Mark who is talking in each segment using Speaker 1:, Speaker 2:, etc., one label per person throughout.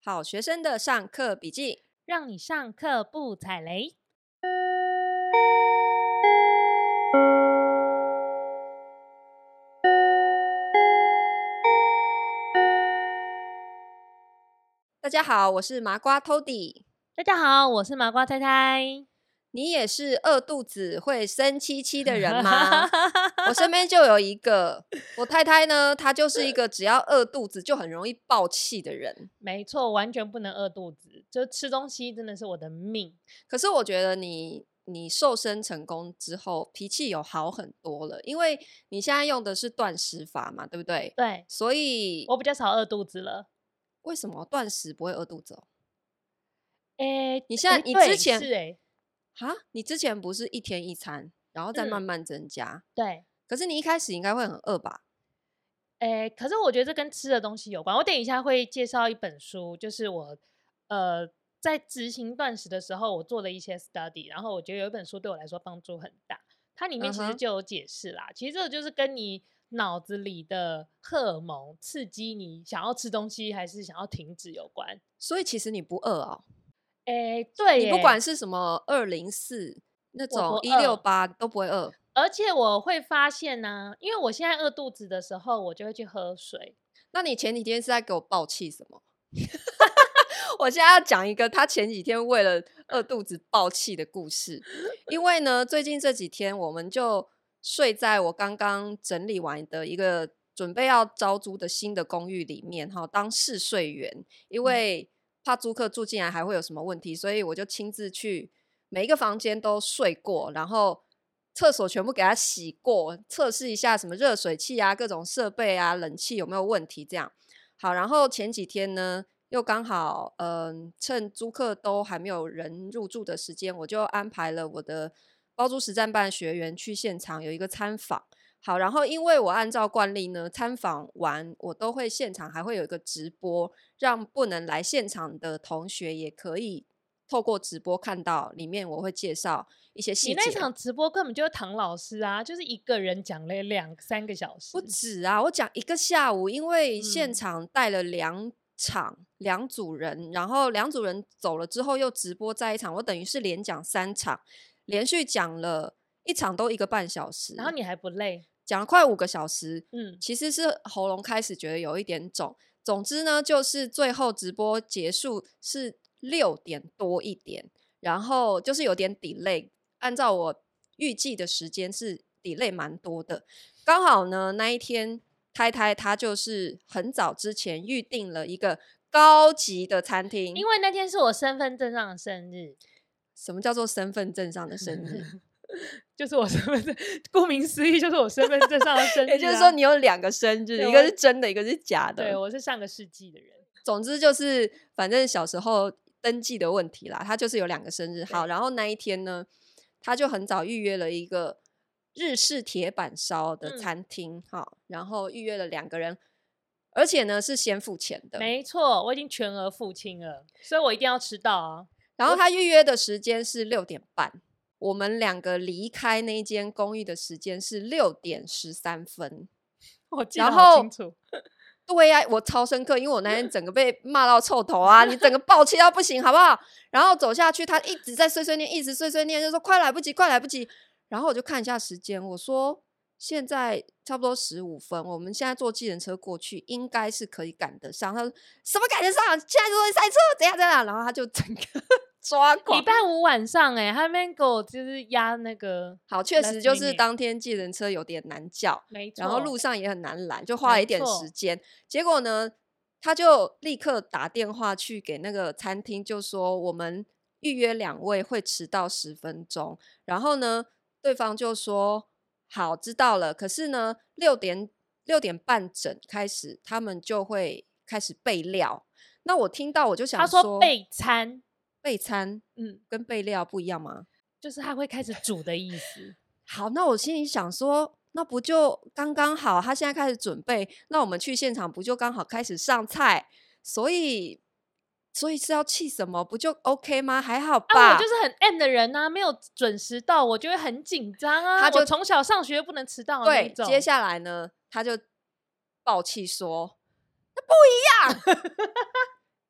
Speaker 1: 好学生的上课笔记，
Speaker 2: 让你上课不踩雷。
Speaker 1: 大家好，我是麻瓜 Tody。
Speaker 2: 大家好，我是麻瓜太太。
Speaker 1: 你也是饿肚子会生气气的人吗？我身边就有一个，我太太呢，她就是一个只要饿肚子就很容易爆气的人。
Speaker 2: 没错，完全不能饿肚子，就吃东西真的是我的命。
Speaker 1: 可是我觉得你瘦身成功之后，脾气有好很多了，因为你现在用的是断食法嘛，对不对？
Speaker 2: 对，
Speaker 1: 所以
Speaker 2: 我比较少饿肚子了。
Speaker 1: 为什么断食不会饿肚子哦？
Speaker 2: 你
Speaker 1: 你
Speaker 2: 对
Speaker 1: 之前
Speaker 2: 是
Speaker 1: 你之前不是一天一餐，然后再慢慢增加，
Speaker 2: 对，
Speaker 1: 可是你一开始应该会很饿吧？
Speaker 2: 可是我觉得这跟吃的东西有关。我等一下会介绍一本书，就是我在执行断食的时候，我做了一些 study，然后我觉得有一本书对我来说帮助很大。它里面其实就有解释啦，其实这个就是跟你脑子里的荷尔蒙刺激你想要吃东西还是想要停止有关。
Speaker 1: 所以其实你不饿哦，
Speaker 2: 对耶，
Speaker 1: 你不管是什么204那
Speaker 2: 我
Speaker 1: 种
Speaker 2: 不饿。
Speaker 1: 168都不会饿。
Speaker 2: 而且我会发现呢，因为我现在饿肚子的时候，我就会去喝水。
Speaker 1: 那你前几天是在给我爆气什么？我现在要讲一个他前几天为了饿肚子爆气的故事。因为呢，最近这几天我们就睡在我刚刚整理完的一个准备要招租的新的公寓里面当试睡员，因为怕租客住进来还会有什么问题，所以我就亲自去每一个房间都睡过，然后厕所全部给它洗过，测试一下什么热水器啊、各种设备啊、冷气有没有问题这样。好，然后前几天呢又刚好趁租客都还没有人入住的时间，我就安排了我的包租实战班学员去现场有一个参访。好，然后因为我按照惯例呢，参访完我都会现场还会有一个直播，让不能来现场的同学也可以透过直播看到里面我会介绍一些细节。
Speaker 2: 你那场直播根本就是唐老师啊，就是一个人讲了2-3个小时。
Speaker 1: 不止啊，我讲一个下午，因为现场带了2场2组人，然后2组人走了之后又直播在一场，我等于是连讲3场，连续讲了一场都1个半小时，
Speaker 2: 然后你还不累？
Speaker 1: 讲了快5个小时。
Speaker 2: 嗯，
Speaker 1: 其实是喉咙开始觉得有一点肿。总之呢，就是最后直播结束是6点多一点，然后就是有点 delay， 按照我预计的时间是 delay 蛮多的。刚好呢那一天太太她就是很早之前预定了一个高级的餐厅。
Speaker 2: 因为那天是我身份证上的生日。
Speaker 1: 什么叫做身份证上的生日？
Speaker 2: 就是我身份证，顾名思义就是我身份证上的生日、
Speaker 1: 也就是说你有2个生日，一个是真的，一个是假的。
Speaker 2: 对，我是上个世纪的人。
Speaker 1: 总之就是反正小时候登记的问题啦，他就是有2个生日。好，然后那一天呢他就很早预约了一个日式铁板烧的餐厅。好，然后预约了2个人，而且呢是先付钱的。
Speaker 2: 没错，我已经全额付清了，所以我一定要迟到啊。
Speaker 1: 然后他预约的时间是6点半，我们2个离开那间公寓的时间是6点13分。
Speaker 2: 我记得好清楚。
Speaker 1: 对呀，我超深刻，因为我那天整个被骂到臭头啊，你整个爆气到不行，好不好？然后走下去，他一直在碎碎念，一直碎碎念，就说快来不及，快来不及。然后我就看一下时间，我说现在差不多15分，我们现在坐计程车过去，应该是可以赶得上。他说什么赶得上？现在就会塞车，怎样怎样？然后他就整个抓狂。
Speaker 2: 礼拜5晚上他那边给我就是压那个，
Speaker 1: 好，确实就是当天计程车有点难叫，
Speaker 2: 没错，
Speaker 1: 然后路上也很难拦，就花了一点时间。结果呢他就立刻打电话去给那个餐厅，就说我们预约2位会迟到10分钟。然后呢对方就说好，知道了，可是呢6点半整开始他们就会开始备料。那我听到我就想
Speaker 2: 他说备餐，
Speaker 1: 跟备料不一样吗？
Speaker 2: 就是他会开始煮的意思。
Speaker 1: 好，那我心里想说那不就刚刚好，他现在开始准备，那我们去现场不就刚好开始上菜？所以是要气什么？不就 OK 吗？还好吧。
Speaker 2: 我就是很 M 的人啊，没有准时到我就会很紧张啊。我从小上学不能迟到的那种。
Speaker 1: 对，接下来呢他就爆气说那不一样你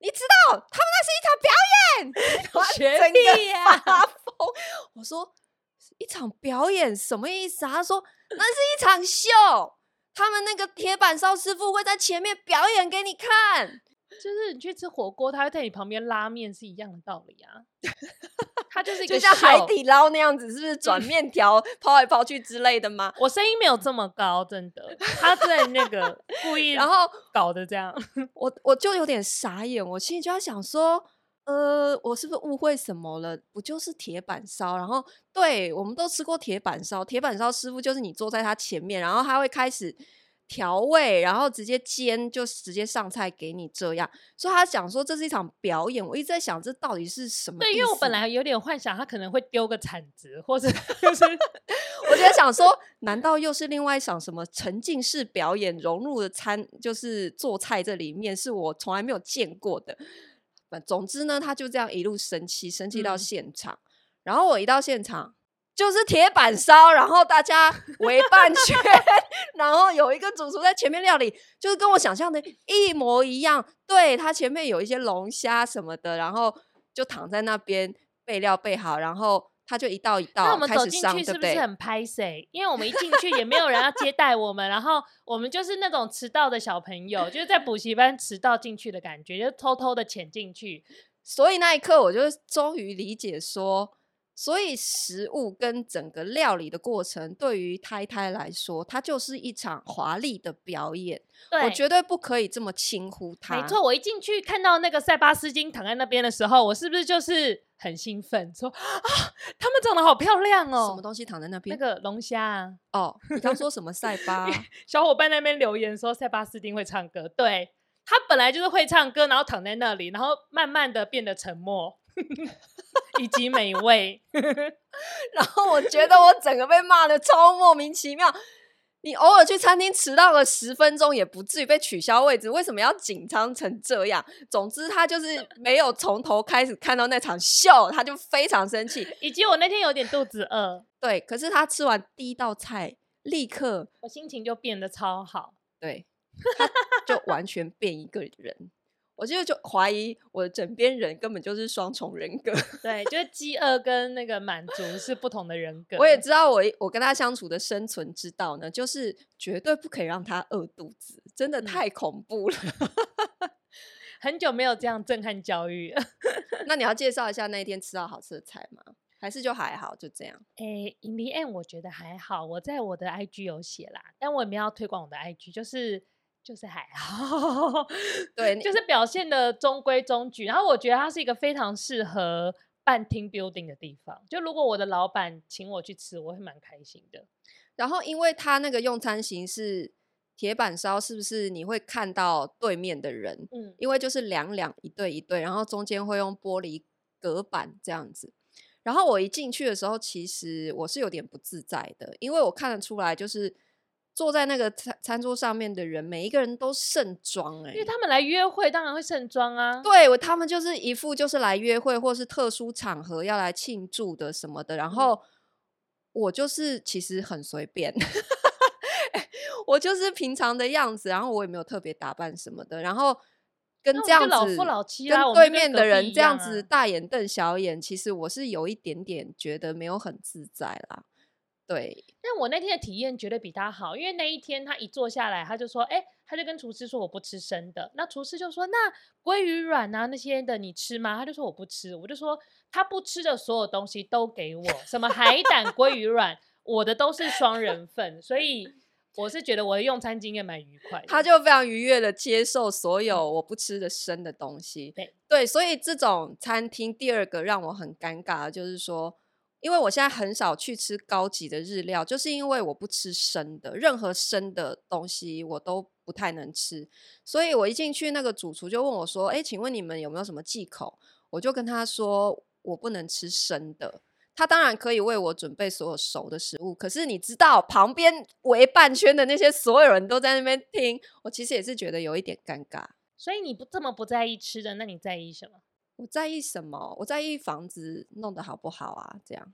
Speaker 1: 你知道他们那是一场表演，我
Speaker 2: 学
Speaker 1: 整
Speaker 2: 屁呀
Speaker 1: 个发疯。我说一场表演什么意思啊？他说那是一场秀，他们那个铁板烧师傅会在前面表演给你看。
Speaker 2: 就是你去吃火锅，他会在你旁边拉面是一样的道理啊。它就是一个
Speaker 1: 就像海
Speaker 2: 秀
Speaker 1: 底捞那样子，是不是转面条抛来抛去之类的吗？
Speaker 2: 我声音没有这么高，真的，他在那个故意
Speaker 1: 然后
Speaker 2: 搞的这样。
Speaker 1: 我就有点傻眼，我心里就在想说，我是不是误会什么了？不就是铁板烧？然后对，我们都吃过铁板烧，铁板烧师傅就是你坐在他前面，然后他会开始调味，然后直接煎，就直接上菜给你这样。所以他讲说这是一场表演，我一直在想这到底是什么意思？
Speaker 2: 对，因为我本来有点幻想他可能会丢个铲子，或者就是
Speaker 1: 我就在想说，难道又是另外一场什么沉浸式表演融入的就是做菜这里面是我从来没有见过的。总之呢，他就这样一路生气到现场，然后我一到现场就是铁板烧，然后大家围半圈，然后有一个主厨在前面料理，就是跟我想象的一模一样。对，他前面有一些龙虾什么的，然后就躺在那边备料备好，然后他就一道一
Speaker 2: 那我
Speaker 1: 道开始上，
Speaker 2: 们走进去
Speaker 1: 对不对？
Speaker 2: 是不是很拍谁？因为我们一进去也没有人要接待我们，然后我们就是那种迟到的小朋友，就是在补习班迟到进去的感觉，就偷偷的潜进去。
Speaker 1: 所以那一刻我就终于理解说，所以食物跟整个料理的过程对于太太来说，它就是一场华丽的表演。我
Speaker 2: 对，
Speaker 1: 绝对不可以这么轻忽它。
Speaker 2: 没错，我一进去看到那个塞巴斯汀躺在那边的时候，我是不是就是很兴奋，说啊，他们长得好漂亮哦！
Speaker 1: 什么东西躺在那边？
Speaker 2: 那个龙虾啊。
Speaker 1: 哦，你刚说什么塞巴？
Speaker 2: 小伙伴那边留言说塞巴斯汀会唱歌，对，他本来就是会唱歌，然后躺在那里，然后慢慢的变得沉默以及美味。
Speaker 1: 然后我觉得我整个被骂的超莫名其妙。你偶尔去餐厅迟到个10分钟也不至于被取消位置，为什么要紧张成这样？总之他就是没有从头开始看到那场秀，他就非常生气。
Speaker 2: 以及我那天有点肚子饿，
Speaker 1: 对，可是他吃完第一道菜立刻
Speaker 2: 我心情就变得超好。
Speaker 1: 对，他就完全变一个人。我就怀疑我的枕边人根本就是双重人格。
Speaker 2: 对，就是饥饿跟那个满足是不同的人格。
Speaker 1: 我也知道我跟他相处的生存之道呢，就是绝对不可以让他饿肚子，真的太恐怖了。
Speaker 2: 很久没有这样震撼教育了。
Speaker 1: 那你要介绍一下那一天吃到好吃的菜吗？还是就还好就这样？
Speaker 2: in the end 我觉得还好，我在我的 IG 有写啦，但我也没有要推广我的 IG，就是还好。
Speaker 1: 对，
Speaker 2: 就是表现的中规中矩。然后我觉得它是一个非常适合办 team building 的地方。就如果我的老板请我去吃，我会蛮开心的。
Speaker 1: 然后因为他那个用餐形式铁板烧，是不是你会看到对面的人？因为就是两一对一对，然后中间会用玻璃隔板这样子。然后我一进去的时候，其实我是有点不自在的，因为我看得出来，就是坐在那个餐桌上面的人，每一个人都盛装
Speaker 2: 因为他们来约会，当然会盛装啊。
Speaker 1: 对，他们就是一副就是来约会或是特殊场合要来庆祝的什么的。然后我就是其实很随便，我就是平常的样子，然后我也没有特别打扮什么的，然后跟这样子
Speaker 2: 老夫老妻啦，
Speaker 1: 跟对面的人这样
Speaker 2: 啊
Speaker 1: 子大眼瞪小眼，其实我是有一点点觉得没有很自在啦。对，
Speaker 2: 但我那天的体验绝对比他好，因为那一天他一坐下来，他就说，他就跟厨师说我不吃生的，那厨师就说那鲑鱼卵啊那些的你吃吗？他就说我不吃，我就说他不吃的所有东西都给我，什么海胆、鲑鱼卵，我的都是双人份，所以我是觉得我的用餐经验蛮愉快的。
Speaker 1: 他就非常愉悦的接受所有我不吃的生的东西。对，所以这种餐厅第二个让我很尴尬的就是说，因为我现在很少去吃高级的日料，就是因为我不吃生的，任何生的东西我都不太能吃。所以我一进去，那个主厨就问我说，请问你们有没有什么忌口？我就跟他说我不能吃生的。他当然可以为我准备所有熟的食物，可是你知道旁边围半圈的那些所有人都在那边听，我其实也是觉得有一点尴尬。
Speaker 2: 所以你这么不在意吃的，那你在意什么？
Speaker 1: 我在意什么？我在意房子弄得好不好啊，这样。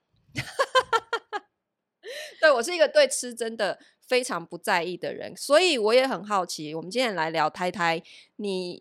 Speaker 1: 对，我是一个对吃真的非常不在意的人，所以我也很好奇，我们今天来聊太太，你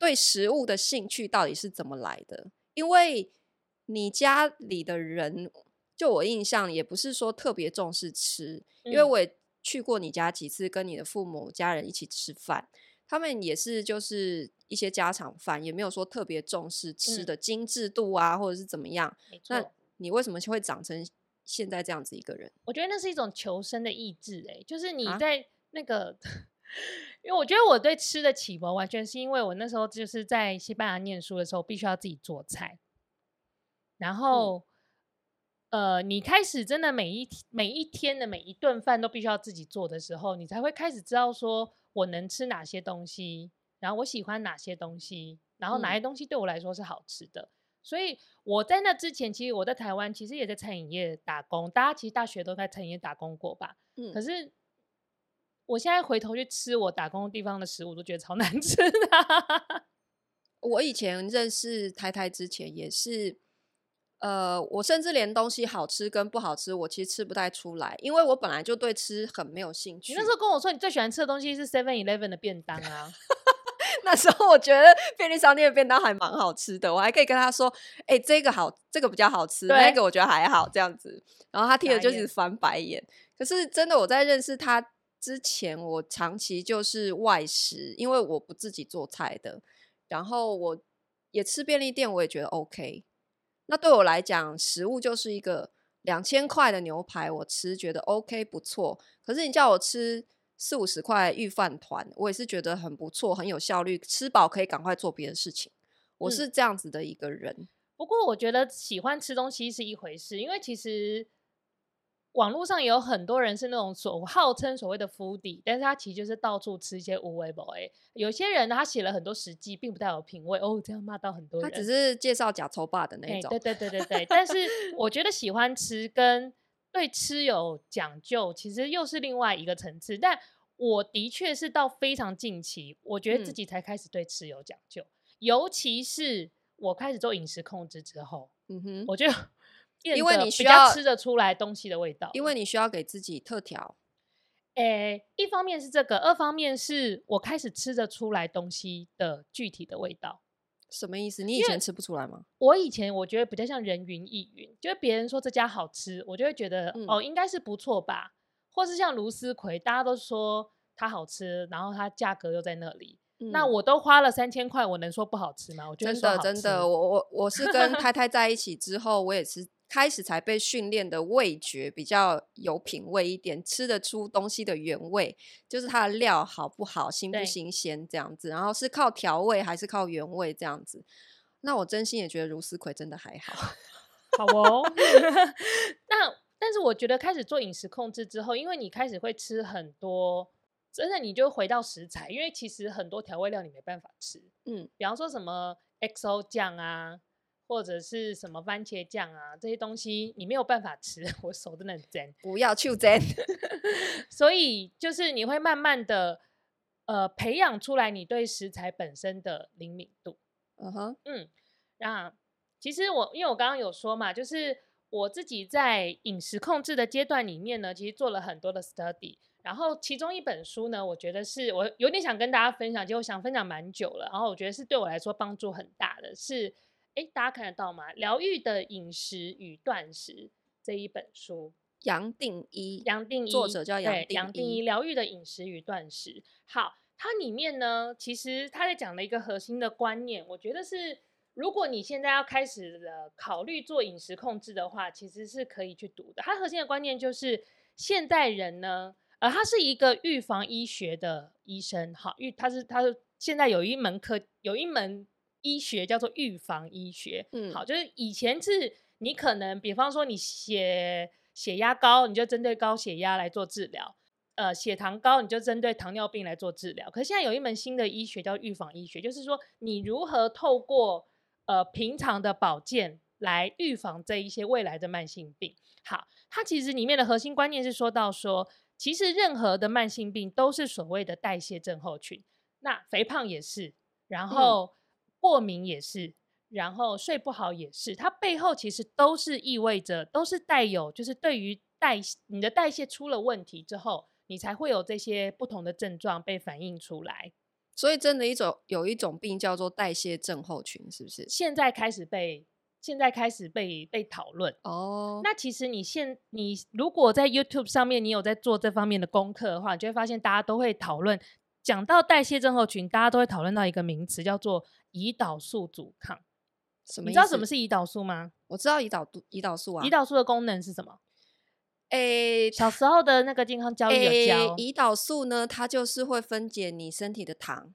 Speaker 1: 对食物的兴趣到底是怎么来的？因为你家里的人，就我印象也不是说特别重视吃，因为我也去过你家几次，跟你的父母家人一起吃饭，他们也是就是一些家常饭，也没有说特别重视吃的精致度啊，或者是怎么样。
Speaker 2: 没错。
Speaker 1: 那你为什么会长成现在这样子一个人？
Speaker 2: 我觉得那是一种求生的意志，就是你
Speaker 1: 啊
Speaker 2: 在那个，因为我觉得我对吃的启蒙完全是因为我那时候就是在西班牙念书的时候，必须要自己做菜，然后。你开始真的每一天的每一顿饭都必须要自己做的时候，你才会开始知道说我能吃哪些东西，然后我喜欢哪些东西，然后哪些东西对我来说是好吃的。所以我在那之前，其实我在台湾其实也在餐饮业打工，大家其实大学都在餐饮业打工过吧？可是我现在回头去吃我打工的地方的食物，都觉得超难吃的。
Speaker 1: 我以前认识太太之前也是。我甚至连东西好吃跟不好吃，我其实吃不太出来，因为我本来就对吃很没有兴趣。
Speaker 2: 你那时候跟我说你最喜欢吃的东西是 7-Eleven 的便当啊。
Speaker 1: 那时候我觉得便利商店的便当还蛮好吃的，我还可以跟他说：“这个好，这个比较好吃，那个我觉得还好。”这样子，然后他听了就是翻白眼。可是真的，我在认识他之前，我长期就是外食，因为我不自己做菜的，然后我也吃便利店，我也觉得 OK。那对我来讲，食物就是一个2000块的牛排，我吃觉得 OK 不错。可是你叫我吃40-50块御饭团，我也是觉得很不错，很有效率，吃饱可以赶快做别的事情。我是这样子的一个人。
Speaker 2: 不过我觉得喜欢吃东西是一回事，因为其实网络上也有很多人是那种号称所谓的 foodie， 但是他其实就是到处吃一些无为不为。有些人呢，他写了很多实际，并不带有品味哦，这样骂到很多人。
Speaker 1: 他只是介绍假丑霸的那种。
Speaker 2: 对。但是我觉得喜欢吃跟对吃有讲究，其实又是另外一个层次。但我的确是到非常近期，我觉得自己才开始对吃有讲究，尤其是我开始做饮食控制之后，我觉得
Speaker 1: 因为你
Speaker 2: 比较吃得出来东西的味道，
Speaker 1: 因为你需要给自己特调。
Speaker 2: 一方面是这个，二方面是我开始吃得出来东西的具体的味道。
Speaker 1: 什么意思？你以前吃不出来吗？
Speaker 2: 我以前我觉得比较像人云亦云，就是别人说这家好吃，我就会觉得、应该是不错吧，或是像芦丝葵，大家都说它好吃，然后它价格又在那里。那我都花了3000块，我能说不好吃吗？我觉得
Speaker 1: 真的，我是跟太太在一起之后，我也是开始才被训练的味觉比较有品味一点，吃得出东西的原味，就是它的料好不好、新不新鲜这样子，然后是靠调味还是靠原味这样子。那我真心也觉得芦丝葵真的还好。
Speaker 2: 好哦。但是我觉得开始做饮食控制之后，因为你开始会吃很多。真的，你就回到食材，因为其实很多调味料你没办法吃，比方说什么 XO 酱啊，或者是什么番茄酱啊，这些东西你没有办法吃。我手真的很尖，
Speaker 1: 不要去尖。
Speaker 2: 所以就是你会慢慢的培养出来你对食材本身的灵敏度。那其实因为我刚刚有说嘛，就是我自己在饮食控制的阶段里面呢，其实做了很多的 study。然后其中一本书呢，我觉得是我有点想跟大家分享，结果想分享蛮久了，然后我觉得是对我来说帮助很大的是，大家看得到吗？疗愈的饮食与断食这一本书，
Speaker 1: 杨定一，
Speaker 2: 作
Speaker 1: 者叫杨定一，
Speaker 2: 疗愈的饮食与断食。好，它里面呢，其实他在讲的一个核心的观念，我觉得是如果你现在要开始考虑做饮食控制的话，其实是可以去读的。它核心的观念就是现代人呢。他是一个预防医学的医生，好，他现在有一门医学叫做预防医学，好，就是以前是你可能，比方说你血压高，你就针对高血压来做治疗，血糖高你就针对糖尿病来做治疗。可是现在有一门新的医学叫预防医学，就是说你如何透过平常的保健来预防这一些未来的慢性病。好，它其实里面的核心观念是说到说。其实任何的慢性病都是所谓的代谢症候群，那肥胖也是，然后过敏也是，然后睡不好也是，它背后其实都是意味着，都是带有，就是对于你的代谢出了问题之后，你才会有这些不同的症状被反映出来。
Speaker 1: 所以真的有一种病叫做代谢症候群，是不是？
Speaker 2: 现在开始被讨论。
Speaker 1: 哦，
Speaker 2: 那其实你如果在 YouTube 上面你有在做这方面的功课的话，你就会发现大家都会讨论，讲到代谢症候群，大家都会讨论到一个名词叫做胰岛素阻抗。
Speaker 1: 什么意思？
Speaker 2: 你知道什么是胰岛素吗？
Speaker 1: 我知道胰岛素啊。
Speaker 2: 胰岛素的功能是什么？
Speaker 1: 诶，
Speaker 2: 小时候的那个健康教育有教。
Speaker 1: 胰岛素呢，它就是会分解你身体的糖。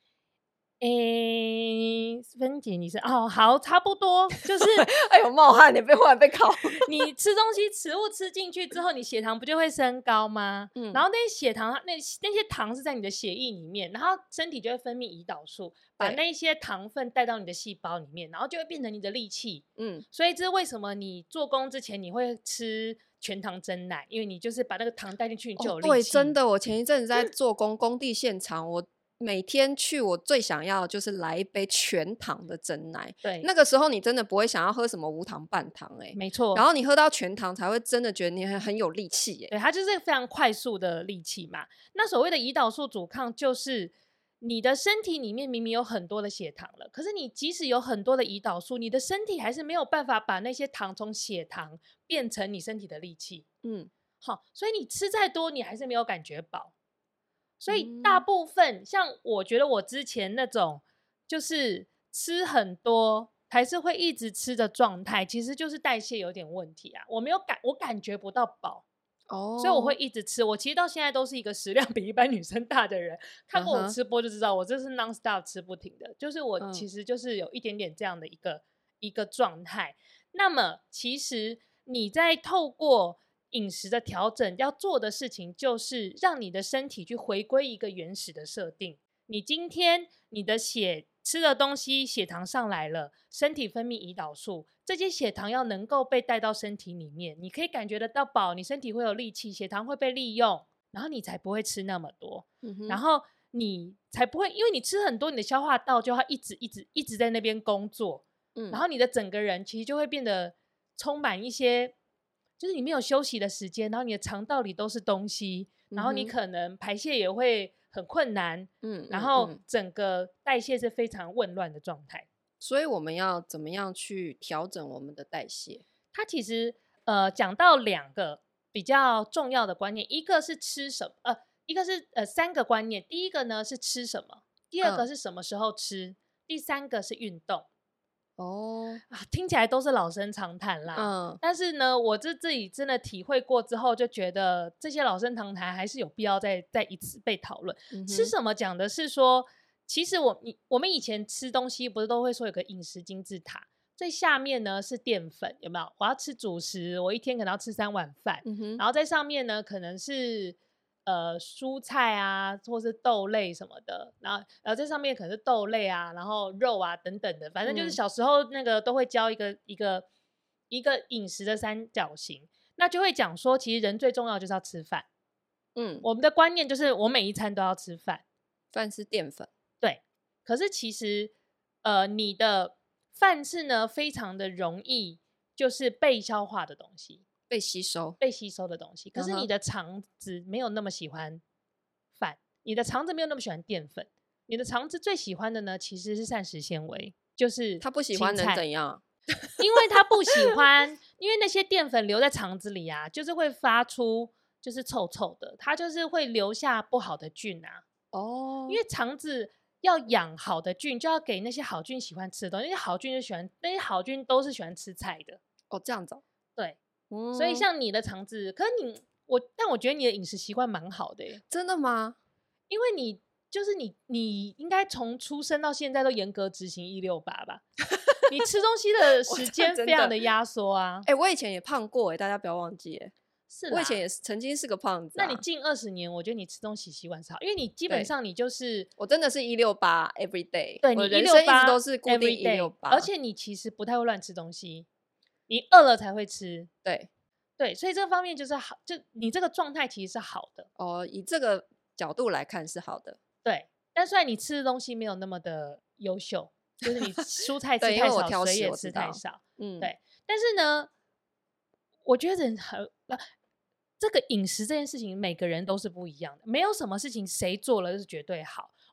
Speaker 2: 分解你是好，差不多就是
Speaker 1: 哎呦，冒汗，你忽然被考。
Speaker 2: 你吃东西，食物吃进去之后，你血糖不就会升高吗？然后那些血糖，那些糖是在你的血液里面，然后身体就会分泌胰岛素，把那些糖分带到你的细胞里面，然后就会变成你的力气。所以这是为什么你做工之前你会吃全糖珍奶，因为你就是把那个糖带进去，你就有力气。
Speaker 1: 对，真的，我前一阵子在做工地现场，我每天去，我最想要的就是来一杯全糖的珍奶。
Speaker 2: 对，
Speaker 1: 那个时候你真的不会想要喝什么无糖半糖，
Speaker 2: 没错。
Speaker 1: 然后你喝到全糖才会真的觉得你很有力气。
Speaker 2: 对，它就是非常快速的力气嘛。那所谓的胰岛素阻抗，就是你的身体里面明明有很多的血糖了，可是你即使有很多的胰岛素，你的身体还是没有办法把那些糖从血糖变成你身体的力气。好，所以你吃再多，你还是没有感觉饱。所以大部分像我觉得我之前那种就是吃很多还是会一直吃的状态，其实就是代谢有点问题啊。我感觉不到饱，所以我会一直吃。我其实到现在都是一个食量比一般女生大的人，看过我吃播就知道我这是 non stop 吃不停的，就是我其实就是有一点点这样的一个状态。那么其实你在透过饮食的调整要做的事情，就是让你的身体去回归一个原始的设定。你今天你的吃的东西血糖上来了，身体分泌胰岛素，这些血糖要能够被带到身体里面，你可以感觉得到饱，你身体会有力气，血糖会被利用，然后你才不会吃那么多。然后你才不会，因为你吃很多，你的消化道就要一直在那边工作。然后你的整个人其实就会变得充满一些，就是你没有休息的时间，然后你的肠道里都是东西，然后你可能排泄也会很困难，然后整个代谢是非常紊乱的状态。
Speaker 1: 所以我们要怎么样去调整我们的代谢？
Speaker 2: 它其实讲到2个比较重要的观念，一个是吃什么，一个是3个观念。第一个呢是吃什么，第二个是什么时候吃，第3个是运动。听起来都是老生常谈啦。但是呢，我自己真的体会过之后，就觉得这些老生常谈还是有必要再一次被讨论。吃什么讲的是说，其实我们以前吃东西不是都会说有个饮食金字塔，最下面呢是淀粉，有没有？我要吃主食，我一天可能要吃3碗饭，然后在上面呢可能是蔬菜啊，或是豆类什么的，然后在上面可能是豆类啊，然后肉啊等等的，反正就是小时候那个都会教一个饮食的三角形，那就会讲说，其实人最重要就是要吃饭。我们的观念就是我每一餐都要吃饭，
Speaker 1: 饭是淀粉，
Speaker 2: 对。可是其实你的饭是呢非常的容易就是被消化的东西。被吸收的东西，可是你的肠子没有那么喜欢饭，你的肠子没有那么喜欢淀粉，你的肠子最喜欢的呢其实是膳食纤维，就是
Speaker 1: 他不喜欢能怎样？
Speaker 2: 因为他不喜欢，因为那些淀粉留在肠子里啊，就是会发出就是臭臭的，它就是会留下不好的菌啊。因为肠子要养好的菌，就要给那些好菌喜欢吃的东西，那些好菌都是喜欢吃菜的。
Speaker 1: 这样子。
Speaker 2: 对。所以像你的肠子，可是但我觉得你的饮食习惯蛮好的耶。
Speaker 1: 真的吗？
Speaker 2: 因为你应该从出生到现在都严格执行168吧？你吃东西的时间非常的压缩啊。
Speaker 1: 我以前也胖过大家不要忘记
Speaker 2: 是
Speaker 1: 我以前也曾经是个胖子。
Speaker 2: 那你近20年，我觉得你吃东西习惯是好，因为你基本上你就是
Speaker 1: 我真的是168 every day，
Speaker 2: 对，你
Speaker 1: 人生一直都是固定168，
Speaker 2: 而且你其实不太会乱吃东西。你饿了才会吃，对，所以这个方面就是好，就你这个状态其实是好的。
Speaker 1: 以这个角度来看是好的。
Speaker 2: 对，但虽然你吃的东西没有那么的优秀，就是你蔬菜吃太少，水也吃太少，对。但是呢，我觉得这个饮食这件事情，每个人都是不一样的，没有什么事情谁做了就是绝对好。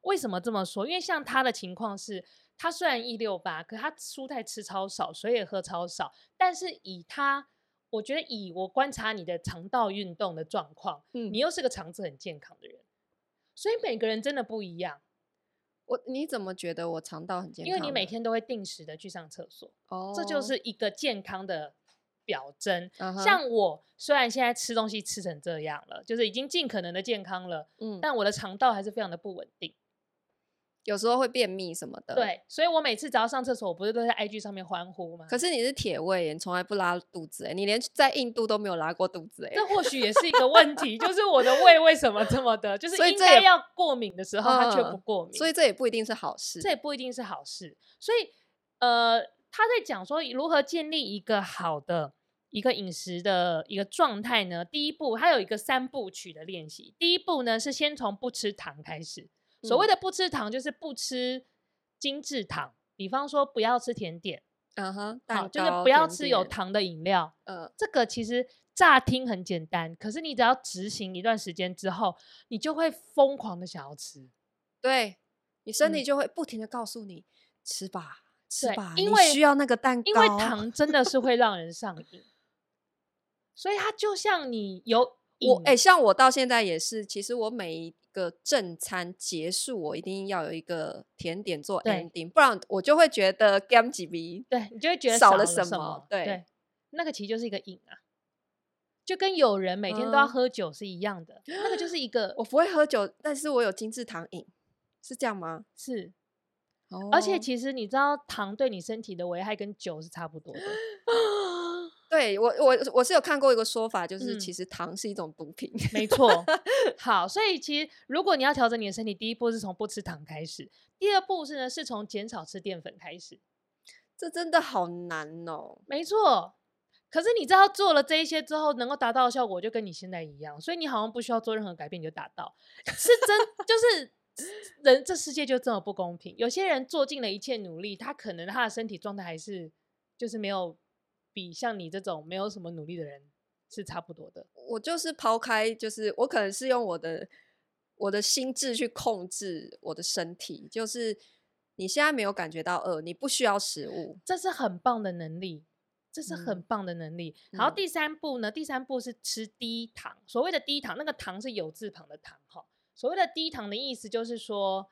Speaker 2: 为什么这么说？因为像他的情况是，他虽然168，可他蔬菜吃超少，水也喝超少，但是我觉得以我观察你的肠道运动的状况，你又是个肠子很健康的人，所以每个人真的不一样。
Speaker 1: 你怎么觉得我肠道很健康？
Speaker 2: 因为你每天都会定时的去上厕所，这就是一个健康的表征。像我虽然现在吃东西吃成这样了，就是已经尽可能的健康了，但我的肠道还是非常的不稳定。
Speaker 1: 有时候会便秘什么的。
Speaker 2: 对，所以我每次只要上厕所，我不是都在 IG 上面欢呼吗？
Speaker 1: 可是你是铁胃耶，你从来不拉肚子耶，你连在印度都没有拉过肚子耶。
Speaker 2: 这或许也是一个问题，就是我的胃为什么这么的，就是应该要过敏的时候，它却不过敏，
Speaker 1: 所以这也不一定是好事。
Speaker 2: 这也不一定是好事。所以他在讲说如何建立一个好的一个饮食的一个状态呢？第一步，它有一个3部曲的练习。第一步呢是先从不吃糖开始。所谓的不吃糖就是不吃精制糖，比方说不要吃甜点，
Speaker 1: 蛋糕
Speaker 2: 就是不要吃有糖的饮料。这个其实乍听很简单，可是你只要执行一段时间之后，你就会疯狂的想要吃。
Speaker 1: 对，你身体就会不停的告诉你吃吧吃吧，
Speaker 2: 因为
Speaker 1: 你需要那个蛋糕，
Speaker 2: 因为糖真的是会让人上瘾，所以它就像你有
Speaker 1: 像我到现在也是，其实我每一个正餐结束，我一定要有一个甜点做 ending， 不然我就会觉得 gam 几鼻，
Speaker 2: 对，你就会觉得
Speaker 1: 少
Speaker 2: 了
Speaker 1: 什么。对，
Speaker 2: 那个其实就是一个瘾啊，就跟有人每天都要喝酒是一样的，那个就是一个
Speaker 1: 我不会喝酒，但是我有精制糖瘾，是这样吗？
Speaker 2: 是。而且其实你知道糖对你身体的危害跟酒是差不多的。
Speaker 1: 对，我是有看过一个说法，就是其实糖是一种毒品。
Speaker 2: 没错。好，所以其实如果你要调整你的身体，第一步是从不吃糖开始，第二步是从减少吃淀粉开始。
Speaker 1: 这真的好难哦。
Speaker 2: 没错。可是你知道做了这一些之后能够达到的效果就跟你现在一样，所以你好像不需要做任何改变你就达到，是真就是人这世界就这么不公平。有些人做尽了一切努力，他可能他的身体状态还是就是没有比像你这种没有什么努力的人是差不多的。
Speaker 1: 我就是抛开，就是我可能是用我的心智去控制我的身体，就是你现在没有感觉到饿，你不需要食物，
Speaker 2: 这是很棒的能力。好，第三步呢？第三步是吃低糖。所谓的低糖，那个糖是有字旁的糖哈。所谓的低糖的意思就是说，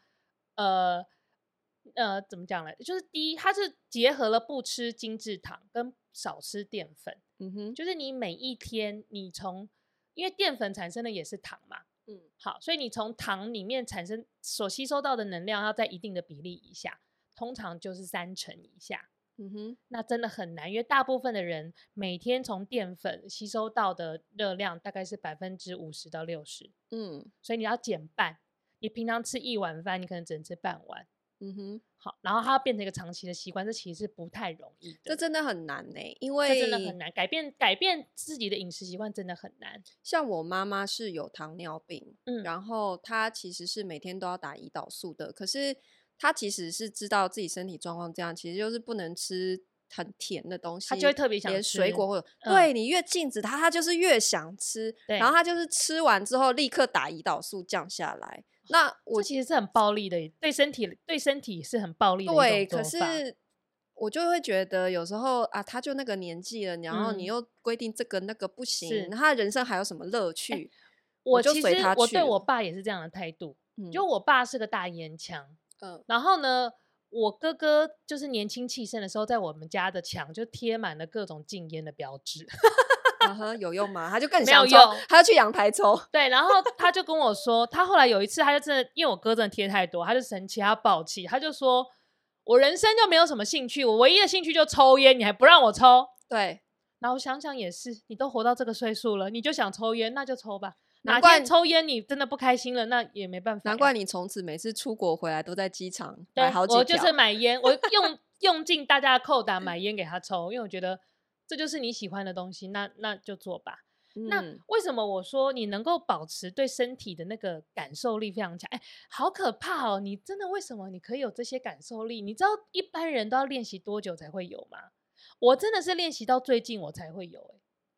Speaker 2: 怎么讲呢？就是它是结合了不吃精制糖跟少吃淀粉。就是你每一天因为淀粉产生的也是糖嘛。好，所以你从糖里面所吸收到的能量要在一定的比例以下，通常就是30%以下。那真的很难，因为大部分的人每天从淀粉吸收到的热量大概是50%到60%。所以你要减半，你平常吃1碗饭，你可能只能吃半碗。好，然后它要变成一个长期的习惯，这其实是不太容易的。
Speaker 1: 这真的很难欸，因为
Speaker 2: 这真的很难，改变自己的饮食习惯真的很难。
Speaker 1: 像我妈妈是有糖尿病，然后她其实是每天都要打胰岛素的，可是她其实是知道自己身体状况这样，其实就是不能吃很甜的东西，
Speaker 2: 她就会特别想吃
Speaker 1: 连水果或者对你越禁止她就是越想吃，然后她就是吃完之后立刻打胰岛素降下来。那
Speaker 2: 这其实是很暴力的，对身体是很暴力的一种做法。
Speaker 1: 可是我就会觉得有时候啊，他就那个年纪了，然后你又规定这个那个不行，他人生还有什么乐趣？
Speaker 2: 我其实我对我爸也是这样的态度，就我爸是个大烟枪，然后呢，我哥哥就是年轻气盛的时候，在我们家的墙就贴满了各种禁烟的标志。
Speaker 1: 有用吗？他就更想抽，他要去阳台抽。
Speaker 2: 对，然后他就跟我说，他后来有一次，他就真的，因为我哥真的贴太多，他就生气，他爆气，他就说，我人生就没有什么兴趣，我唯一的兴趣就抽烟，你还不让我抽？
Speaker 1: 对。
Speaker 2: 然后想想也是，你都活到这个岁数了，你就想抽烟，那就抽吧。哪天抽烟你真的不开心了，那也没办法。
Speaker 1: 难怪你从此每次出国回来都在机场买好几条。
Speaker 2: 我就是买烟，我用尽大家的扣打买烟给他抽，因为我觉得这就是你喜欢的东西，那就做吧。那为什么我说你能够保持对身体的那个感受力非常强？好可怕哦！你真的为什么你可以有这些感受力？你知道一般人都要练习多久才会有吗？我真的是练习到最近我才会有。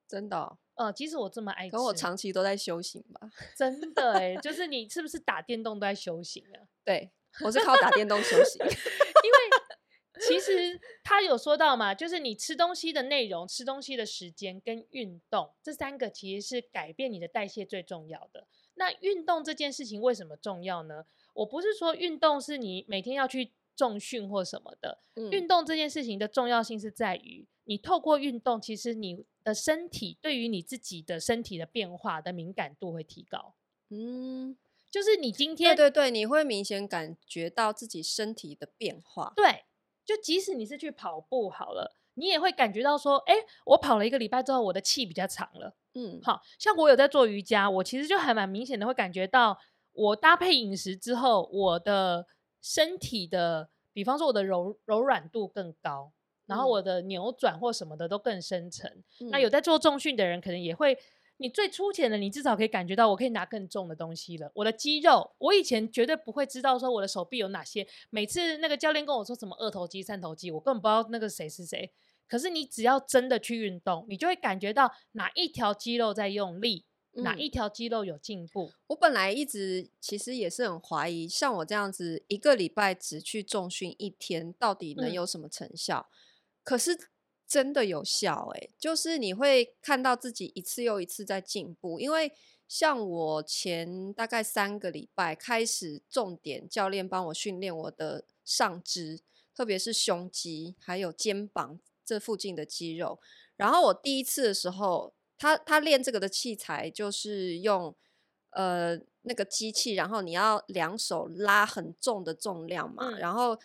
Speaker 1: 真的
Speaker 2: 即使我这么爱吃，
Speaker 1: 可我长期都在修行吧。
Speaker 2: 真的就是你是不是打电动都在修行啊？
Speaker 1: 对，我是靠打电动修行。
Speaker 2: 因为其实他有说到嘛，就是你吃东西的内容、吃东西的时间跟运动这3个其实是改变你的代谢最重要的。那运动这件事情为什么重要呢？我不是说运动是你每天要去重训或什么的，运动这件事情的重要性是在于你透过运动，其实你的身体对于你自己的身体的变化的敏感度会提高。就是你今天
Speaker 1: 对，你会明显感觉到自己身体的变化。
Speaker 2: 对，就即使你是去跑步好了，你也会感觉到说，我跑了1个礼拜之后，我的气比较长了。好像我有在做瑜伽，我其实就还蛮明显的会感觉到，我搭配饮食之后，我的身体的，比方说我的柔软度更高，然后我的扭转或什么的都更深层。那有在做重训的人，可能也会。你最粗浅的，你至少可以感觉到我可以拿更重的东西了。我的肌肉，我以前绝对不会知道说我的手臂有哪些。每次那个教练跟我说什么2头肌、3头肌，我根本不知道那个谁是谁。可是你只要真的去运动，你就会感觉到哪一条肌肉在用力，哪一条肌肉有进步。
Speaker 1: 我本来一直其实也是很怀疑，像我这样子1个礼拜只去重训1天，到底能有什么成效？可是真的有效就是你会看到自己一次又一次在进步。因为像我前大概3个礼拜开始重点教练帮我训练我的上肢，特别是胸肌还有肩膀这附近的肌肉。然后我第一次的时候，他练这个的器材就是用那个机器，然后你要2手拉很重的重量嘛，然后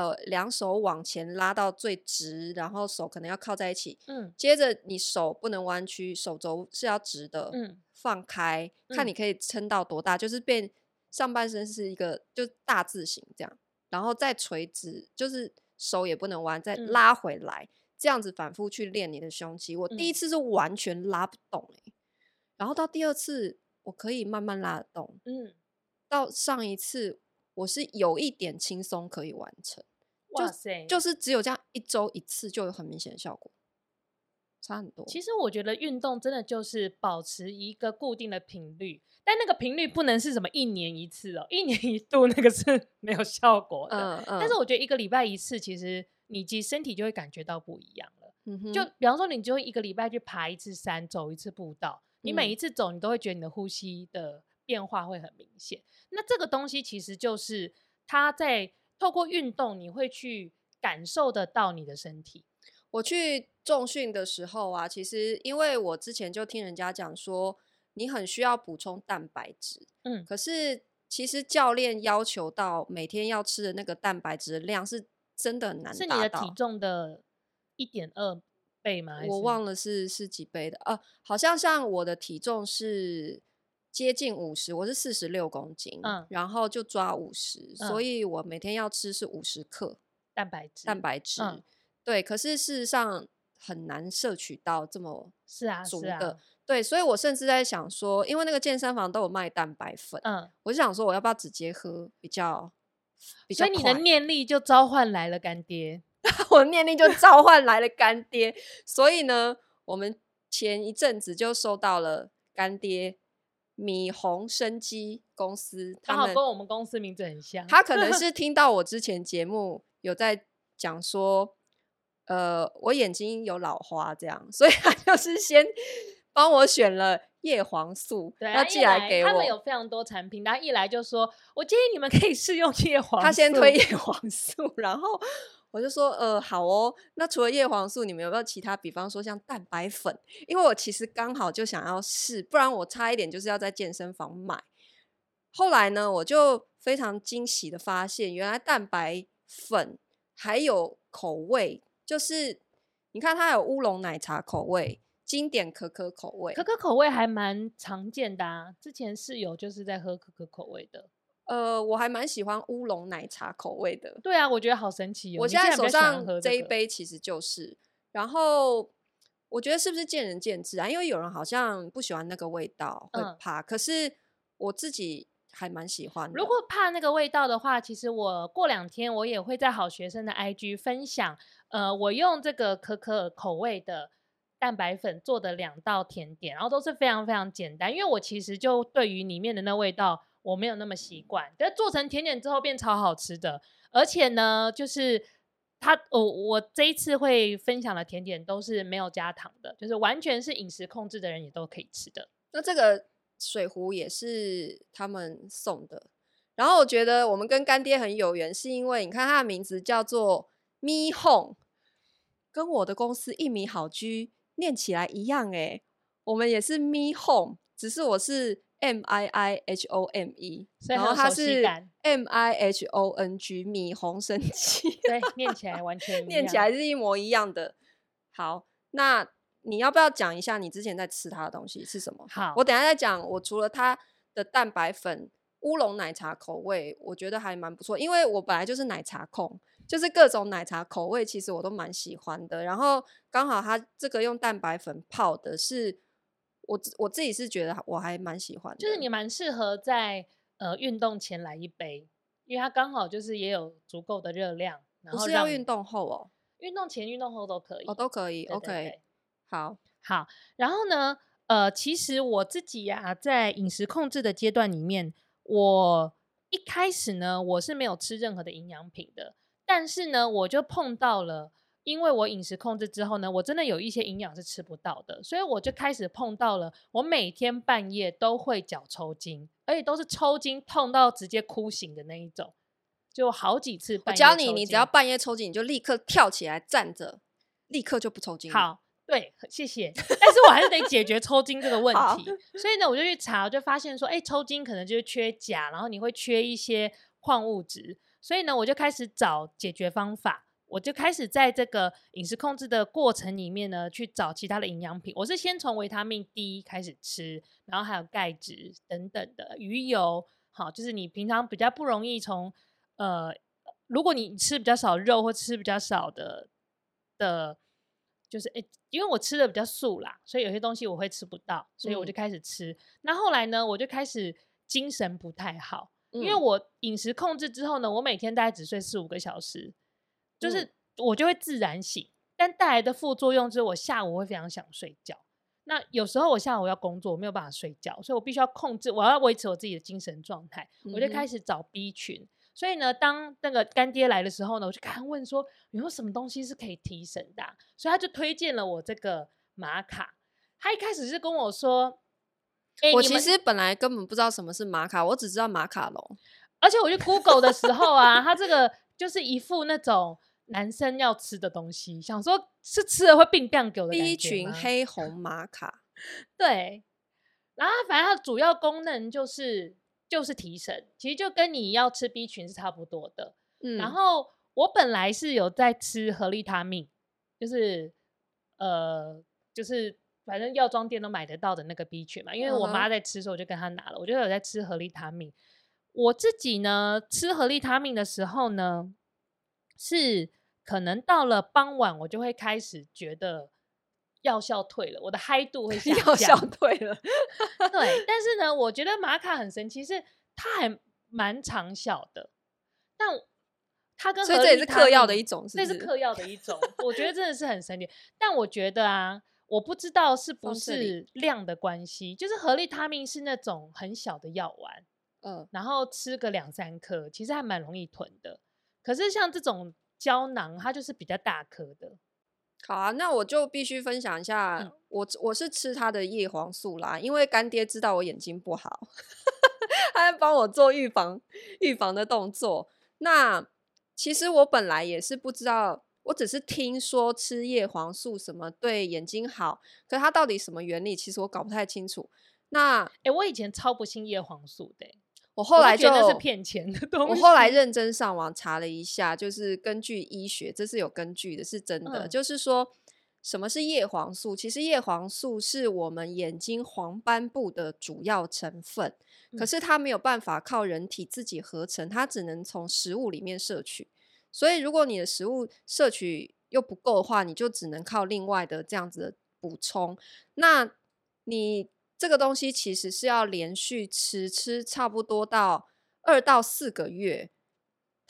Speaker 1: 2手往前拉到最直，然后手可能要靠在一起，接着你手不能弯曲，手肘是要直的，放开，看你可以撑到多大，就是变上半身是一个就大字形这样，然后再垂直，就是手也不能弯，再拉回来，这样子反复去练你的胸肌。我第一次是完全拉不动然后到第2次我可以慢慢拉得动，到上一次我是有一点轻松可以完成。
Speaker 2: 哇塞，
Speaker 1: 就是只有这样1周1次就有很明显的效果，差很多。
Speaker 2: 其实我觉得运动真的就是保持一个固定的频率，但那个频率不能是什么1年1次1年1度那个是没有效果的。但是我觉得1个礼拜1次，其实你其实身体就会感觉到不一样了。就比方说你就1个礼拜去爬1次山，走1次步道，你每一次走你都会觉得你的呼吸的变化会很明显。那这个东西其实就是它在透过运动你会去感受得到你的身体。
Speaker 1: 我去重训的时候啊，其实因为我之前就听人家讲说你很需要补充蛋白质，可是其实教练要求到每天要吃的那个蛋白质的量是真的很难达到。
Speaker 2: 是你的体重的1.2倍吗？
Speaker 1: 我忘了是几倍的好像我的体重是接近50，我是46公斤，然后就抓50，所以我每天要吃是50克蛋白质，对，可是事实上很难摄取到这么足的，对，所以我甚至在想说，因为那个健身房都有卖蛋白粉，我就想说我要不要直接喝比较
Speaker 2: 所以你的念力就召唤来了干爹。
Speaker 1: 我的念力就召唤来了干爹，所以呢，我们前一阵子就收到了干爹米红生机公司，
Speaker 2: 刚好跟我们公司名字很像。
Speaker 1: 他可能是听到我之前节目有在讲说，我眼睛有老花这样，所以他就是先帮我选了叶黄素，要寄来给我。
Speaker 2: 他们有非常多产品，然后一来就说，我建议你们可以试用叶黄素。
Speaker 1: 他先推叶黄素，然后我就说好哦，那除了叶黄素你们有没有其他，比方说像蛋白粉？因为我其实刚好就想要试，不然我差一点就是要在健身房买。后来呢，我就非常惊喜的发现，原来蛋白粉还有口味，就是你看它有乌龙奶茶口味、经典可可口味。
Speaker 2: 可可口味还蛮常见的啊，之前室友就是在喝可可口味的。
Speaker 1: 我还蛮喜欢乌龙奶茶口味的。
Speaker 2: 对啊，我觉得好神奇
Speaker 1: 我现在手上这一杯其实就是，然后我觉得是不是见仁见智啊？因为有人好像不喜欢那个味道，会怕，可是我自己还蛮喜欢的。
Speaker 2: 如果怕那个味道的话，其实我过2天我也会在好学生的 IG 分享，我用这个可可口味的蛋白粉做的2道甜点，然后都是非常非常简单，因为我其实就对于里面的那味道我没有那么习惯，但做成甜点之后变超好吃的。而且呢就是我这一次会分享的甜点都是没有加糖的，就是完全是饮食控制的人也都可以吃的。
Speaker 1: 那这个水壶也是他们送的，然后我觉得我们跟干爹很有缘，是因为你看他的名字叫做 Me Home， 跟我的公司一米好居念起来一样欸，我们也是 Me Home， 只是我是 MIIHOME， 然后他是 MIHONG 米红生气
Speaker 2: 对，念起来完全一样，
Speaker 1: 念起来是一模一样的。好，那你要不要讲一下你之前在吃它的东西是什么？
Speaker 2: 好，
Speaker 1: 我等一下再讲。我除了它的蛋白粉乌龙奶茶口味，我觉得还蛮不错，因为我本来就是奶茶控，就是各种奶茶口味其实我都蛮喜欢的。然后刚好它这个用蛋白粉泡的是我自己是觉得我还蛮喜欢的，
Speaker 2: 就是你蛮适合在运动前来一杯，因为它刚好就是也有足够的热量，然
Speaker 1: 不
Speaker 2: 后
Speaker 1: 是要运动后哦，
Speaker 2: 运动前、运动后都可以
Speaker 1: 哦都可以
Speaker 2: 对对
Speaker 1: ，OK，
Speaker 2: 对
Speaker 1: 好，
Speaker 2: 好。然后呢，其实我自己呀，在饮食控制的阶段里面，我一开始呢，我是没有吃任何的营养品的，但是呢，我就碰到了。因为我饮食控制之后呢，我真的有一些营养是吃不到的，所以我就开始碰到了，我每天半夜都会脚抽筋，而且都是抽筋痛到直接哭醒的那一种，就好几次半夜抽筋。
Speaker 1: 我教你，你只要半夜抽筋，你就立刻跳起来站着，立刻就不抽筋了。
Speaker 2: 好，对，谢谢。但是我还是得解决抽筋这个问题，所以呢，我就去查，我就发现说，抽筋可能就是缺钾，然后你会缺一些矿物质，所以呢，我就开始找解决方法。我就开始在这个饮食控制的过程里面呢，去找其他的营养品。我是先从维他命 D 开始吃，然后还有钙质等等的鱼油。好，就是你平常比较不容易从如果你吃比较少肉或吃比较少的，就是因为我吃的比较素啦，所以有些东西我会吃不到，所以我就开始吃。那后来呢，我就开始精神不太好，因为我饮食控制之后呢，我每天大概只睡4-5个小时。就是我就会自然醒，但带来的副作用就是我下午会非常想睡觉。那有时候我下午要工作，我没有办法睡觉，所以我必须要控制，我要维持我自己的精神状态。我就开始找 B 群。所以呢，当那个干爹来的时候呢，我就跟他问说有没有什么东西是可以提神的所以他就推荐了我这个玛卡。他一开始是跟我说，
Speaker 1: 我其实本来根本不知道什么是玛卡，我只知道马卡龙。
Speaker 2: 而且我去 Google 的时候啊，他这个就是一副那种男生要吃的东西，想说是吃了会病变给我的感觉吗？
Speaker 1: B 群黑红玛卡
Speaker 2: 对，然后反正它的主要功能就是提神，其实就跟你要吃 B 群是差不多的。然后我本来是有在吃合利他命，就是反正药妆店都买得到的那个 B 群嘛，因为我妈在吃的时候我就跟她拿了，我就有在吃合利他命。我自己呢吃合利他命的时候呢，是可能到了傍晚我就会开始觉得药效退了，我的嗨度会下降，
Speaker 1: 药效退了
Speaker 2: 对，但是呢我觉得玛卡很神奇，是它还蛮长效的，但它跟
Speaker 1: 所以这也是嗑药的一种，
Speaker 2: 这是嗑药的一种我觉得真的是很神奇。但我觉得啊，我不知道是不是量的关系，就是合利他命是那种很小的药丸，然后吃个2-3颗其实还蛮容易囤的，可是像这种胶囊它就是比较大颗的。
Speaker 1: 好啊，那我就必须分享一下，我是吃它的叶黄素啦，因为干爹知道我眼睛不好他在帮我做预防的动作。那其实我本来也是不知道，我只是听说吃叶黄素什么对眼睛好，可是它到底什么原理其实我搞不太清楚。那
Speaker 2: 我以前超不信叶黄素的，
Speaker 1: 我后来就
Speaker 2: 觉得是骗钱的东西。
Speaker 1: 我后来认真上网查了一下，就是根据医学，这是有根据的，是真的。就是说什么是叶黄素？其实叶黄素是我们眼睛黄斑部的主要成分，可是它没有办法靠人体自己合成，它只能从食物里面摄取。所以如果你的食物摄取又不够的话，你就只能靠另外的这样子的补充。那你这个东西其实是要连续吃差不多到2到4个月，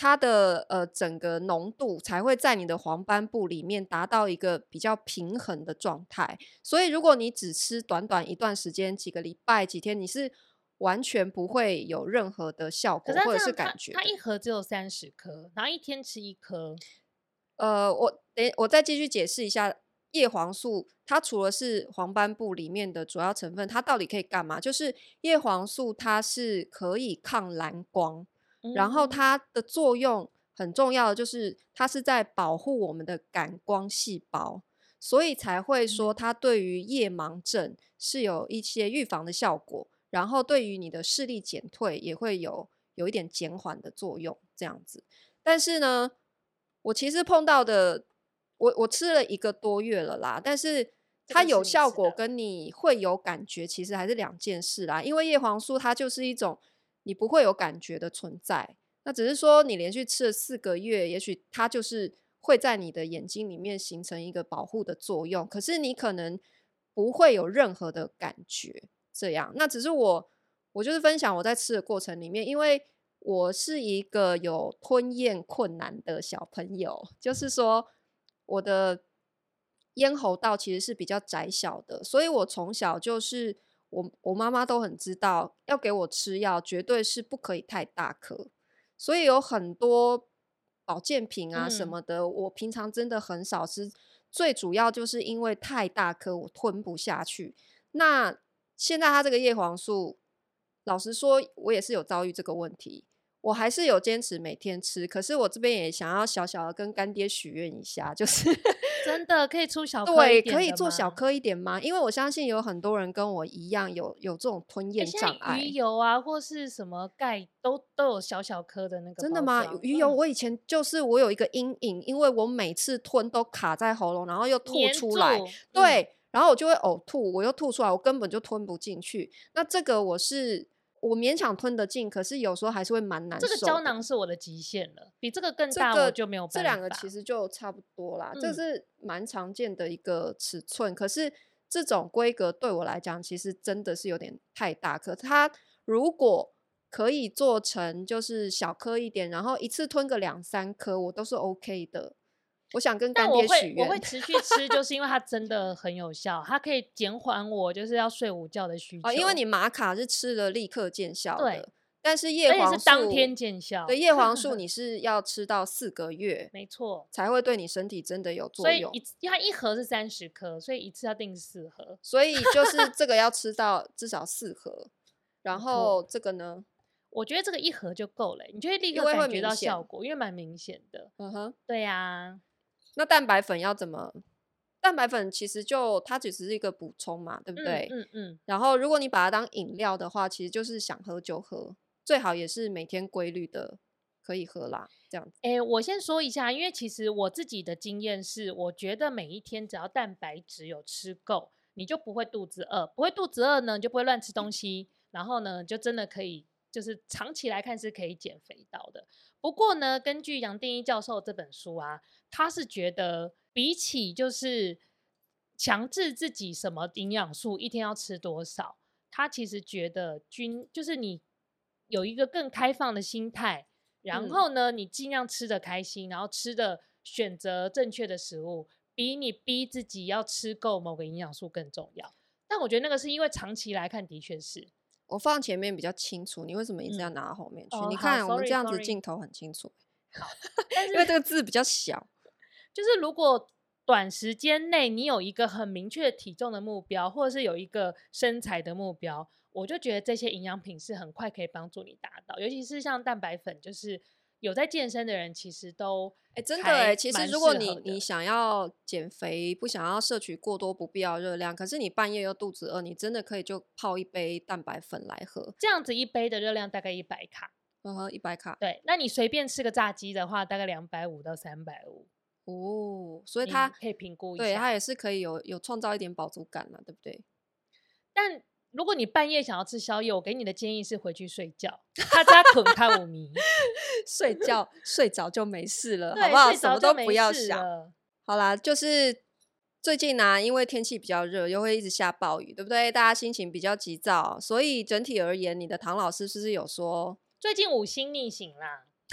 Speaker 1: 它的整个浓度才会在你的黄斑部里面达到一个比较平衡的状态。所以如果你只吃短短一段时间，几个礼拜、几天，你是完全不会有任何的效果或者是感觉
Speaker 2: 它
Speaker 1: 的。
Speaker 2: 一盒只有30颗，然后一天吃1颗。
Speaker 1: 我再继续解释一下，叶黄素它除了是黄斑部里面的主要成分，它到底可以干嘛？就是叶黄素它是可以抗蓝光，然后它的作用很重要的就是它是在保护我们的感光细胞，所以才会说它对于夜盲症是有一些预防的效果，然后对于你的视力减退也会有一点减缓的作用，这样子。但是呢，我其实碰到的，我吃了1个多月了啦，但是它有效果跟你会有感觉其实还是2件事啦。因为叶黄素它就是一种你不会有感觉的存在，那只是说你连续吃了4个月，也许它就是会在你的眼睛里面形成一个保护的作用，可是你可能不会有任何的感觉这样。那只是我就是分享我在吃的过程里面，因为我是一个有吞咽困难的小朋友，就是说我的咽喉道其实是比较窄小的，所以我从小就是我妈妈都很知道，要给我吃药绝对是不可以太大颗，所以有很多保健品啊什么的，我平常真的很少吃，最主要就是因为太大颗我吞不下去。那现在它这个叶黄素，老实说我也是有遭遇这个问题，我还是有坚持每天吃，可是我这边也想要小小的跟干爹许愿一下，就是
Speaker 2: 真的可以出小颗一点的吗？
Speaker 1: 对，可以做小颗一点吗？因为我相信有很多人跟我一样有这种吞咽障碍。
Speaker 2: 鱼油啊，或是什么钙都有小小颗的那个。
Speaker 1: 真的吗？鱼油我以前就是我有一个阴影，因为我每次吞都卡在喉咙，然后又吐出来，对，然后我就会呕吐，我又吐出来，我根本就吞不进去。那这个我勉强吞得进，可是有时候还是会蛮难受的。
Speaker 2: 这个胶囊是我的极限了，比这个更大我就没有办法。
Speaker 1: 这2个其实就差不多啦，这是蛮常见的一个尺寸，可是这种规格对我来讲其实真的是有点太大颗。它如果可以做成就是小颗一点，然后一次吞个2-3颗，我都是 OK 的。我想跟干爹许愿，
Speaker 2: 我会持续吃，就是因为它真的很有效，它可以减缓我就是要睡午觉的需求。
Speaker 1: 因为你玛卡是吃了立刻见效的，
Speaker 2: 对，
Speaker 1: 但是叶黄素
Speaker 2: 是当天见效。
Speaker 1: 对，叶黄素你是要吃到4个月，
Speaker 2: 没错，
Speaker 1: 才会对你身体真的有作用。
Speaker 2: 所以它一盒是30颗，所以一次要订4盒。
Speaker 1: 所以就是这个要吃到至少4盒，然后这个呢？
Speaker 2: 我觉得这个1盒就够了，你就会立刻感觉到效果，因为蛮明显的。对呀。
Speaker 1: 那蛋白粉要怎么？蛋白粉其实它只是一个补充嘛，对不对？然后如果你把它当饮料的话，其实就是想喝就喝，最好也是每天规律的可以喝啦，这样子。
Speaker 2: 我先说一下，因为其实我自己的经验是，我觉得每一天只要蛋白质有吃够，你就不会肚子饿，不会肚子饿呢，你就不会乱吃东西，然后呢，就真的可以，就是长期来看是可以减肥到的。不过呢，根据杨定一教授这本书啊，他是觉得比起就是强制自己什么营养素一天要吃多少，他其实觉得就是你有一个更开放的心态，然后呢，你尽量吃得开心，然后吃的选择正确的食物，比你逼自己要吃够某个营养素更重要。但我觉得那个是因为长期来看的确是。
Speaker 1: 我放前面比较清楚，你为什么一直要拿到后面去？你看我们这样子镜头很清楚，因为这个字比较小。
Speaker 2: 就是如果短时间内你有一个很明确的体重的目标，或者是有一个身材的目标，我就觉得这些营养品是很快可以帮助你达到，尤其是像蛋白粉，就是有在健身的人其实都
Speaker 1: 真的其实如果你想要减肥，不想要摄取过多不必要热量，可是你半夜又肚子饿，你真的可以就泡一杯蛋白粉来喝，
Speaker 2: 这样子一杯的热量大概100卡
Speaker 1: ，100卡。
Speaker 2: 对，那你随便吃个炸鸡的话，大概250到350。
Speaker 1: 所以它
Speaker 2: 可以评估一下，
Speaker 1: 对，它也是可以有创造一点饱足感嘛，对不对？
Speaker 2: 但如果你半夜想要吃宵夜，我给你的建议是回去睡觉，他家捆他五迷，
Speaker 1: 睡着就没事了，好不好？什么都不要想。好啦，就是最近呢，因为天气比较热，又会一直下暴雨，对不对？大家心情比较急躁，所以整体而言，你的唐老师是不是有说
Speaker 2: 最近5星逆行啦？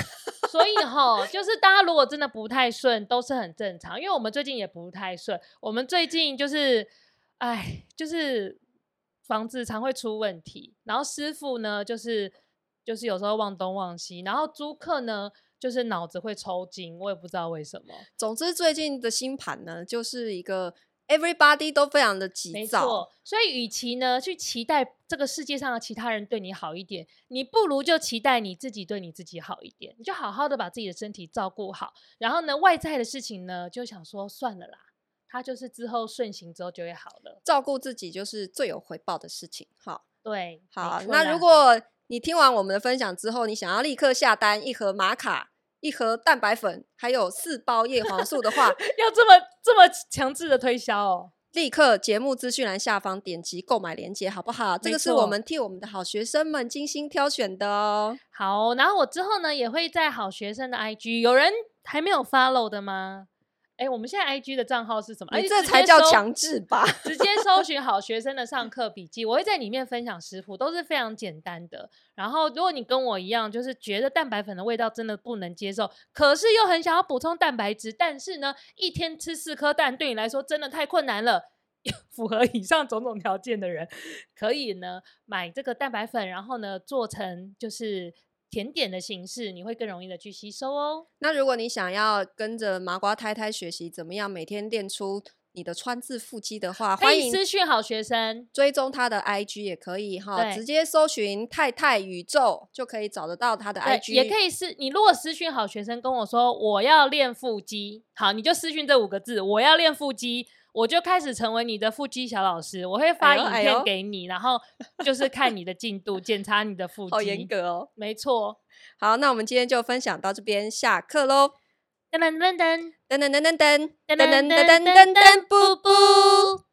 Speaker 2: 所以就是大家如果真的不太顺都是很正常，因为我们最近也不太顺，我们最近就是房子常会出问题，然后师傅呢就是有时候忘东忘西，然后租客呢就是脑子会抽筋，我也不知道为什么。
Speaker 1: 总之最近的星盘呢就是一个 everybody 都非常的急
Speaker 2: 没
Speaker 1: 躁，
Speaker 2: 错，所以与其呢去期待这个世界上的其他人对你好一点，你不如就期待你自己对你自己好一点，你就好好的把自己的身体照顾好，然后呢外在的事情呢就想说算了啦，它就是之后顺行之后就会好了。
Speaker 1: 照顾自己就是最有回报的事情。好，
Speaker 2: 对，
Speaker 1: 好，那如果你听完我们的分享之后，你想要立刻下单1盒玛卡、1盒蛋白粉，还有4包叶黄素的话，
Speaker 2: 要这么强制的推销哦。
Speaker 1: 立刻节目资讯栏下方点击购买链接好不好？这个是我们替我们的好学生们精心挑选的哦。
Speaker 2: 好，然后我之后呢也会在好学生的 IG， 有人还没有 follow 的吗？我们现在 IG 的账号是什么？
Speaker 1: 你这才叫强制吧？
Speaker 2: 直接搜寻好学生的上课笔记，我会在里面分享食谱，都是非常简单的。然后如果你跟我一样，就是觉得蛋白粉的味道真的不能接受，可是又很想要补充蛋白质，但是呢一天吃4颗蛋对你来说真的太困难了，符合以上种种条件的人可以呢买这个蛋白粉，然后呢做成就是甜点的形式，你会更容易的去吸收哦。
Speaker 1: 那如果你想要跟着麻瓜太太学习怎么样每天练出你的川字腹肌的话，
Speaker 2: 可以私讯好学生，
Speaker 1: 追踪他的 IG 也可以哈，直接搜寻太太宇宙就可以找得到他的 IG。
Speaker 2: 也可以你如果私讯好学生跟我说我要练腹肌，好，你就私讯这5个字，我要练腹肌，我就开始成为你的腹肌小老师，我会发影片给你，然后就是看你的进度，检查你的腹肌。
Speaker 1: 好严格哦。
Speaker 2: 没错。
Speaker 1: 好，那我们今天就分享到这边，下课咯。
Speaker 2: 噔噔噔噔
Speaker 1: 噔噔噔噔噔噔
Speaker 2: 噔噔噔噔噔，布布。